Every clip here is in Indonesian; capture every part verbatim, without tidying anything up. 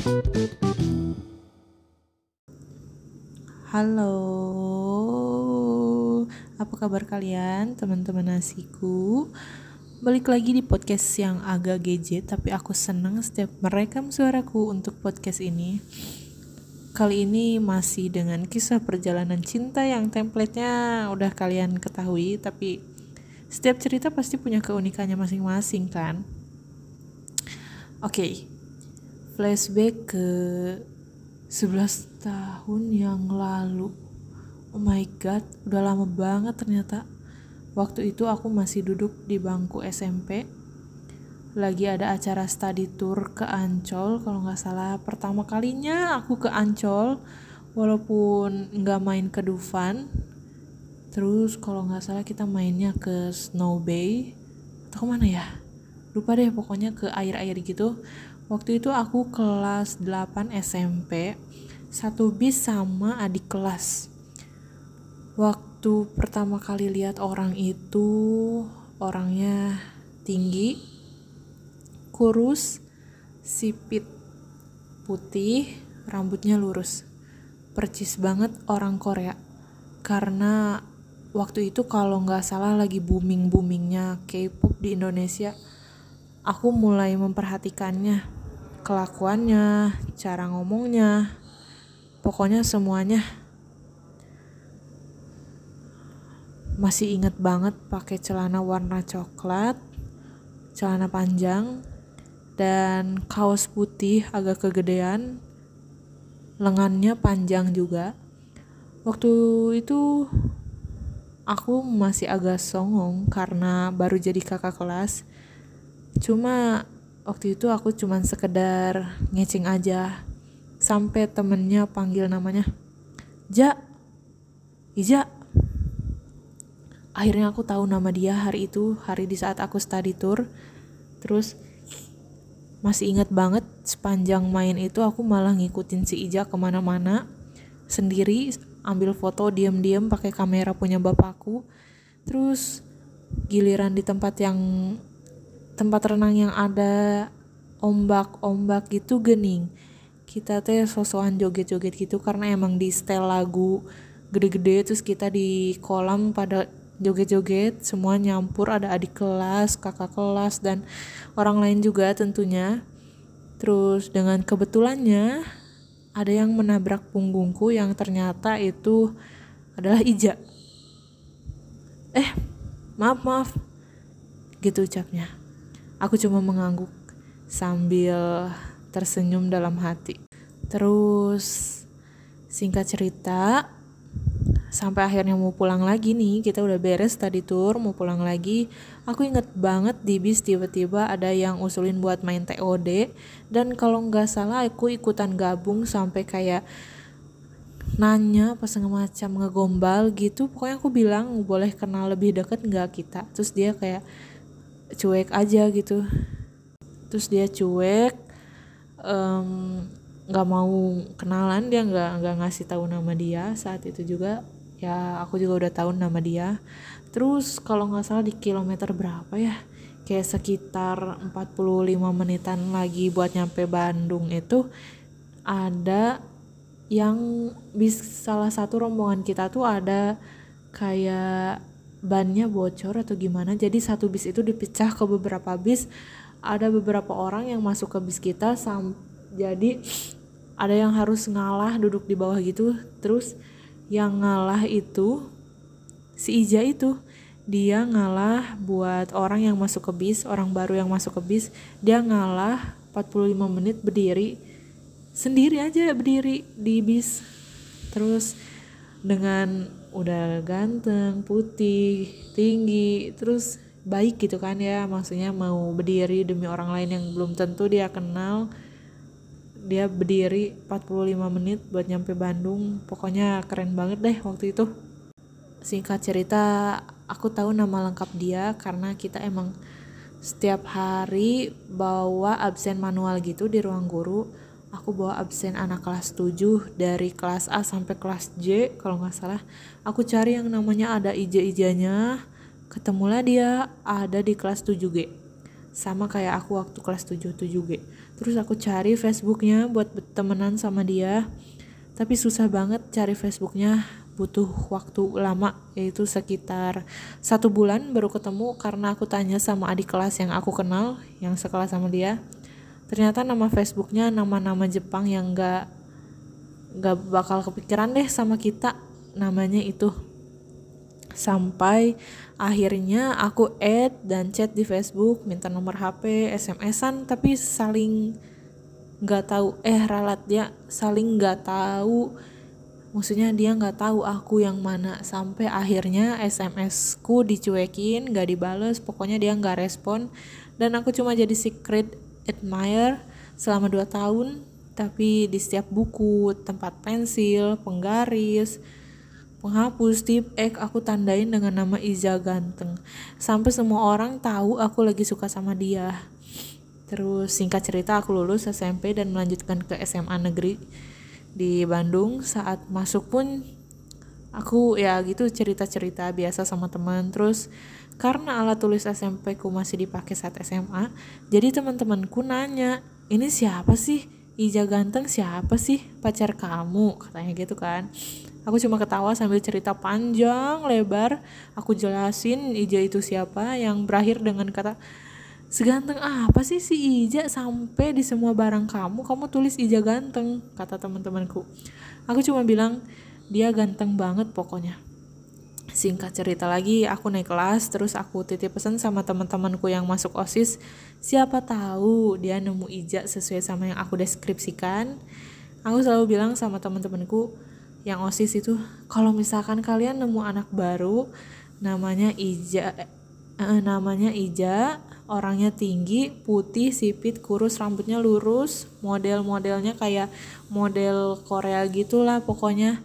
Halo, apa kabar kalian teman-teman nasiku? Balik lagi di podcast yang agak gadget, tapi aku senang setiap merekam suaraku untuk podcast ini. Kali ini masih dengan kisah perjalanan cinta yang template-nya udah kalian ketahui, tapi setiap cerita pasti punya keunikannya masing-masing kan? Oke, okay. Flashback ke sebelas tahun yang lalu. Oh my god, udah lama banget ternyata. Waktu itu aku masih duduk di bangku S M P. Lagi ada acara study tour ke Ancol, kalau gak salah pertama kalinya aku ke Ancol. Walaupun gak main ke Dufan. Terus kalau gak salah kita mainnya ke Snow Bay. Atau kemana ya? Lupa deh, pokoknya ke air-air gitu. Waktu itu aku kelas delapan S M P. Satu bis sama adik kelas. Waktu pertama kali lihat orang itu, orangnya tinggi, kurus, sipit, putih, rambutnya lurus. Percis banget orang Korea. Karena waktu itu kalau nggak salah lagi booming-boomingnya K-pop di Indonesia. Aku mulai memperhatikannya, kelakuannya, cara ngomongnya, pokoknya semuanya. Masih inget banget pakai celana warna coklat, celana panjang, dan kaos putih agak kegedean, lengannya panjang juga. Waktu itu aku masih agak songong karena baru jadi kakak kelas. Cuma waktu itu aku cuman sekedar ngeceng aja, sampai temennya panggil namanya, Ja, Ija. Akhirnya aku tahu nama dia hari itu, hari di saat aku study tour. Terus masih ingat banget sepanjang main itu aku malah ngikutin si Ija kemana-mana sendiri, ambil foto diam-diam pakai kamera punya bapakku. Terus giliran di tempat yang tempat renang yang ada ombak-ombak gitu gening, kita teh sosokan joget-joget gitu karena emang di setel lagu gede-gede. Terus kita di kolam pada joget-joget, semua nyampur, ada adik kelas, kakak kelas, dan orang lain juga tentunya. Terus dengan kebetulannya ada yang menabrak punggungku yang ternyata itu adalah Ija. Eh, maaf maaf, gitu ucapnya. Aku cuma mengangguk sambil tersenyum dalam hati. Terus singkat cerita, sampai akhirnya mau pulang lagi nih, kita udah beres study tour, mau pulang lagi. Aku inget banget di bis tiba-tiba ada yang usulin buat main T O D. Dan kalau gak salah aku ikutan gabung sampai kayak nanya apa segala macam, ngegombal gitu. Pokoknya aku bilang boleh kenal lebih deket gak kita. Terus dia kayak cuek aja gitu. Terus dia cuek, um, gak mau kenalan, dia gak, gak ngasih tahu nama dia saat itu juga. Ya aku juga udah tahu nama dia. Terus kalau gak salah di kilometer berapa ya, kayak sekitar empat puluh lima menitan lagi buat nyampe Bandung itu, ada yang bis salah satu rombongan kita tuh ada kayak bannya bocor atau gimana. Jadi satu bis itu dipecah ke beberapa bis. Ada beberapa orang yang masuk ke bis kita, sam- jadi ada yang harus ngalah duduk di bawah gitu. Terus yang ngalah itu si Ija itu, dia ngalah buat orang yang masuk ke bis, orang baru yang masuk ke bis. Dia ngalah empat puluh lima menit berdiri, sendiri aja berdiri di bis. Terus dengan udah ganteng, putih, tinggi, terus baik gitu kan ya, maksudnya mau berdiri demi orang lain yang belum tentu dia kenal. Dia berdiri empat puluh lima menit buat nyampe Bandung. Pokoknya keren banget deh waktu itu. Singkat cerita, aku tahu nama lengkap dia karena kita emang setiap hari bawa absen manual gitu di ruang guru. Aku bawa absen anak kelas tujuh dari kelas A sampai kelas J kalau gak salah. Aku cari yang namanya ada ija-ijanya, ketemulah dia ada di kelas tujuh G. Sama kayak aku waktu kelas tujuh, tujuh G. Terus aku cari Facebooknya buat temenan sama dia, tapi susah banget cari Facebooknya, butuh waktu lama, yaitu sekitar satu bulan baru ketemu karena aku tanya sama adik kelas yang aku kenal, yang sekelas sama dia. Ternyata nama Facebooknya nama-nama Jepang yang gak, gak bakal kepikiran deh sama kita namanya itu. Sampai akhirnya aku add dan chat di Facebook, minta nomor H P, S M S-an, tapi saling gak tahu, eh ralat dia saling gak tahu, maksudnya dia gak tahu aku yang mana. Sampai akhirnya S M S-ku dicuekin, gak dibales, pokoknya dia gak respon, dan aku cuma jadi secret admirer selama dua tahun. Tapi di setiap buku, tempat pensil, penggaris, penghapus, tip X aku tandain dengan nama Iza Ganteng. Sampai semua orang tahu aku lagi suka sama dia. Terus singkat cerita aku lulus S M P dan melanjutkan ke S M A negeri di Bandung. Saat masuk pun aku ya gitu cerita-cerita biasa sama teman. Terus karena alat tulis S M P ku masih dipakai saat S M A, jadi teman-temanku nanya, ini siapa sih? Iza Ganteng siapa sih? Pacar kamu? Katanya gitu kan. Aku cuma ketawa sambil cerita panjang lebar. Aku jelasin Ija itu siapa, yang berakhir dengan kata, seganteng apa sih si Ija sampai di semua barang kamu, kamu tulis Ija ganteng, kata teman-temanku. Aku cuma bilang, dia ganteng banget pokoknya. Singkat cerita lagi, aku naik kelas, terus aku titip pesan sama teman-temanku yang masuk OSIS, siapa tahu dia nemu Ija sesuai sama yang aku deskripsikan. Aku selalu bilang sama teman-temanku yang OSIS itu, kalau misalkan kalian nemu anak baru namanya Ija, eh, namanya Ija, orangnya tinggi, putih, sipit, kurus, rambutnya lurus, model-modelnya kayak model Korea gitulah pokoknya.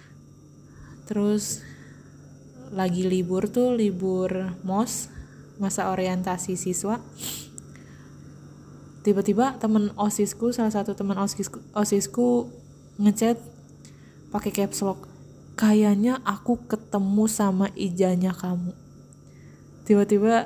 Terus lagi libur tuh, libur M O S, masa orientasi siswa, tiba-tiba temen OSISku, salah satu teman OSISku, OSISku ngechat pakai caps lock, kayaknya aku ketemu sama Ijanya kamu. Tiba-tiba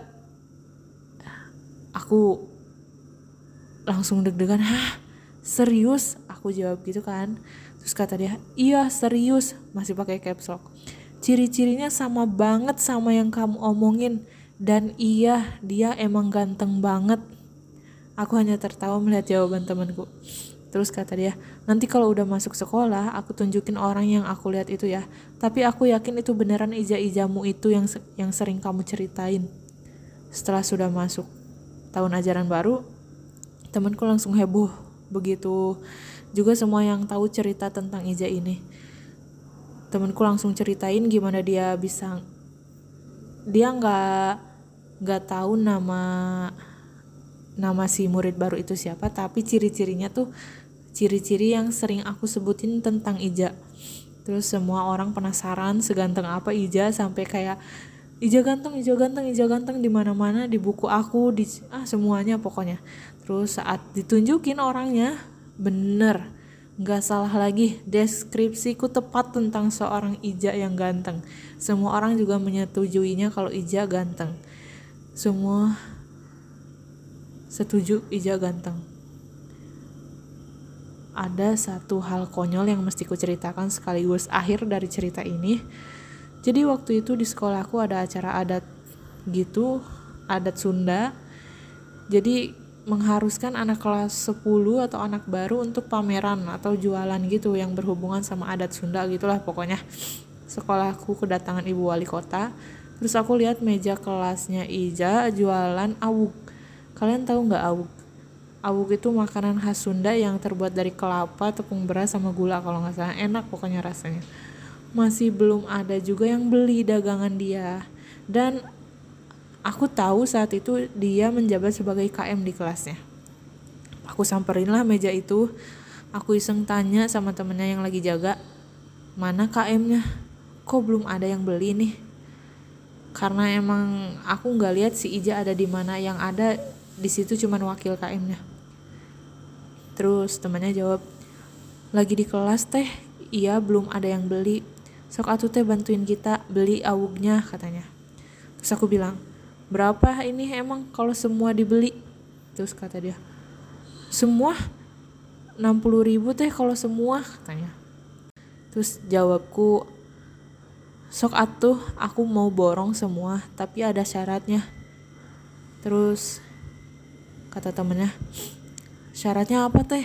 aku langsung deg-degan, hah serius? Aku jawab gitu kan. Terus kata dia, iya serius, masih pakai caps lock, ciri-cirinya sama banget sama yang kamu omongin, dan iya dia emang ganteng banget. Aku hanya tertawa melihat jawaban temanku. Terus kata dia, nanti kalau udah masuk sekolah, aku tunjukin orang yang aku lihat itu ya. Tapi aku yakin itu beneran Ija-Ijamu itu yang yang sering kamu ceritain. Setelah sudah masuk tahun ajaran baru, temanku langsung heboh. Begitu juga semua yang tahu cerita tentang Ija ini. Temanku langsung ceritain gimana dia bisa, dia nggak nggak tahu nama nama si murid baru itu siapa, tapi ciri-cirinya tuh ciri-ciri yang sering aku sebutin tentang Ija. Terus semua orang penasaran seganteng apa Ija, sampai kayak Ija ganteng, Ija ganteng, Ija ganteng di mana-mana, di buku aku, di ah semuanya pokoknya. Terus saat ditunjukin orangnya, bener, nggak salah lagi, deskripsiku tepat tentang seorang Ija yang ganteng. Semua orang juga menyetujuinya kalau Ija ganteng. Semua setuju Ija ganteng. Ada satu hal konyol yang mesti ku ceritakan sekaligus akhir dari cerita ini. Jadi waktu itu di sekolahku ada acara adat gitu, adat Sunda. Jadi mengharuskan anak kelas sepuluh atau anak baru untuk pameran atau jualan gitu yang berhubungan sama adat Sunda gitulah pokoknya. Sekolahku kedatangan ibu wali kota. Terus aku lihat meja kelasnya Ija jualan awuk. Kalian tahu nggak awuk? Awuk itu makanan khas Sunda yang terbuat dari kelapa, tepung beras, sama gula kalau nggak salah. Enak pokoknya rasanya. Masih belum ada juga yang beli dagangan dia. Dan aku tahu saat itu dia menjabat sebagai K M di kelasnya. Aku samperin lah meja itu. Aku iseng tanya sama temennya yang lagi jaga, mana K M-nya? Kok belum ada yang beli nih? Karena emang aku nggak lihat si Ija ada di mana, yang ada di situ cuman wakil K M-nya. Terus temannya jawab, lagi di kelas teh, iya belum ada yang beli. Sok atuh teh bantuin kita beli awuknya katanya. Terus aku bilang, berapa ini emang kalau semua dibeli? Terus kata dia, semua enam puluh ribu teh kalau semua, katanya. Terus jawabku, sok atuh, aku mau borong semua, tapi ada syaratnya. Terus kata temennya, syaratnya apa teh?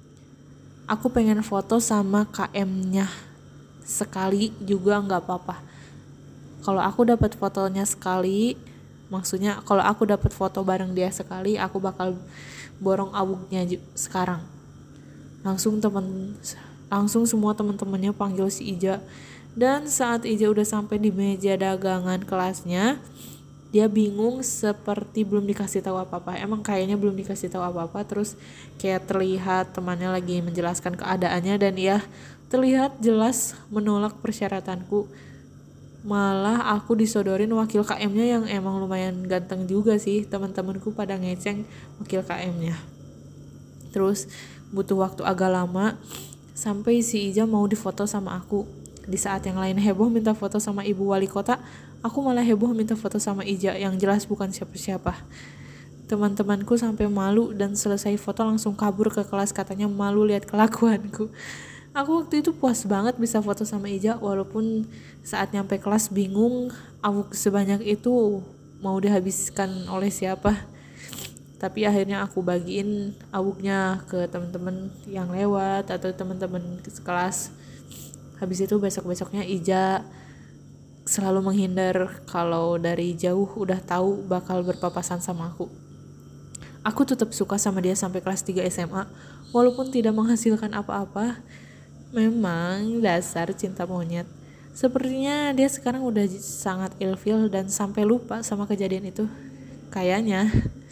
Aku pengen foto sama K M-nya sekali juga nggak apa-apa. Kalau aku dapat fotonya sekali, maksudnya kalau aku dapat foto bareng dia sekali, aku bakal borong awuknya sekarang. Langsung temen, langsung semua teman-temannya panggil si Ija. Dan saat Ija udah sampai di meja dagangan kelasnya, dia bingung seperti belum dikasih tahu apa-apa. Emang kayaknya belum dikasih tahu apa-apa. Terus kayak terlihat temannya lagi menjelaskan keadaannya dan ia terlihat jelas menolak persyaratanku. Malah aku disodorin wakil K M-nya yang emang lumayan ganteng juga sih. Teman-temanku pada ngeceng wakil K M-nya. Terus butuh waktu agak lama sampai si Ija mau difoto sama aku. Di saat yang lain heboh minta foto sama ibu wali kota, aku malah heboh minta foto sama Ija yang jelas bukan siapa-siapa. Teman-temanku sampai malu dan selesai foto langsung kabur ke kelas, katanya malu lihat kelakuanku. Aku waktu itu puas banget bisa foto sama Ija, walaupun saat nyampe kelas bingung awuk sebanyak itu mau dihabiskan oleh siapa. Tapi akhirnya aku bagiin awuknya ke teman-teman yang lewat atau teman-teman kelas. Habis itu besok-besoknya Ija selalu menghindar kalau dari jauh udah tahu bakal berpapasan sama aku. Aku tetap suka sama dia sampai kelas tiga S M A, walaupun tidak menghasilkan apa-apa. Memang dasar cinta monyet. Sepertinya dia sekarang udah sangat ilfil dan sampai lupa sama kejadian itu. Kayaknya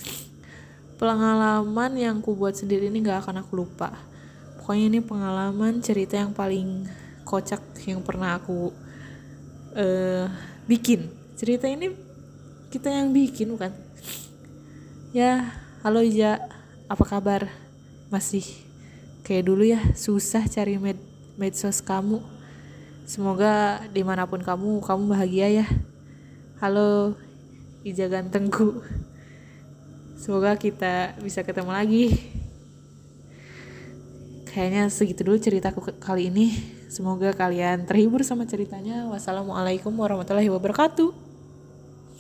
pengalaman yang ku buat sendiri ini gak akan aku lupa. Pokoknya ini pengalaman cerita yang paling kocak yang pernah aku uh, bikin. Cerita ini kita yang bikin bukan? Ya, halo Ija, apa kabar? Masih kayak dulu ya, susah cari med- medsos kamu. Semoga dimanapun kamu, kamu bahagia ya. Halo Ija gantengku. Semoga kita bisa ketemu lagi. Kayaknya segitu dulu ceritaku kali ini. Semoga kalian terhibur sama ceritanya. Wassalamualaikum warahmatullahi wabarakatuh.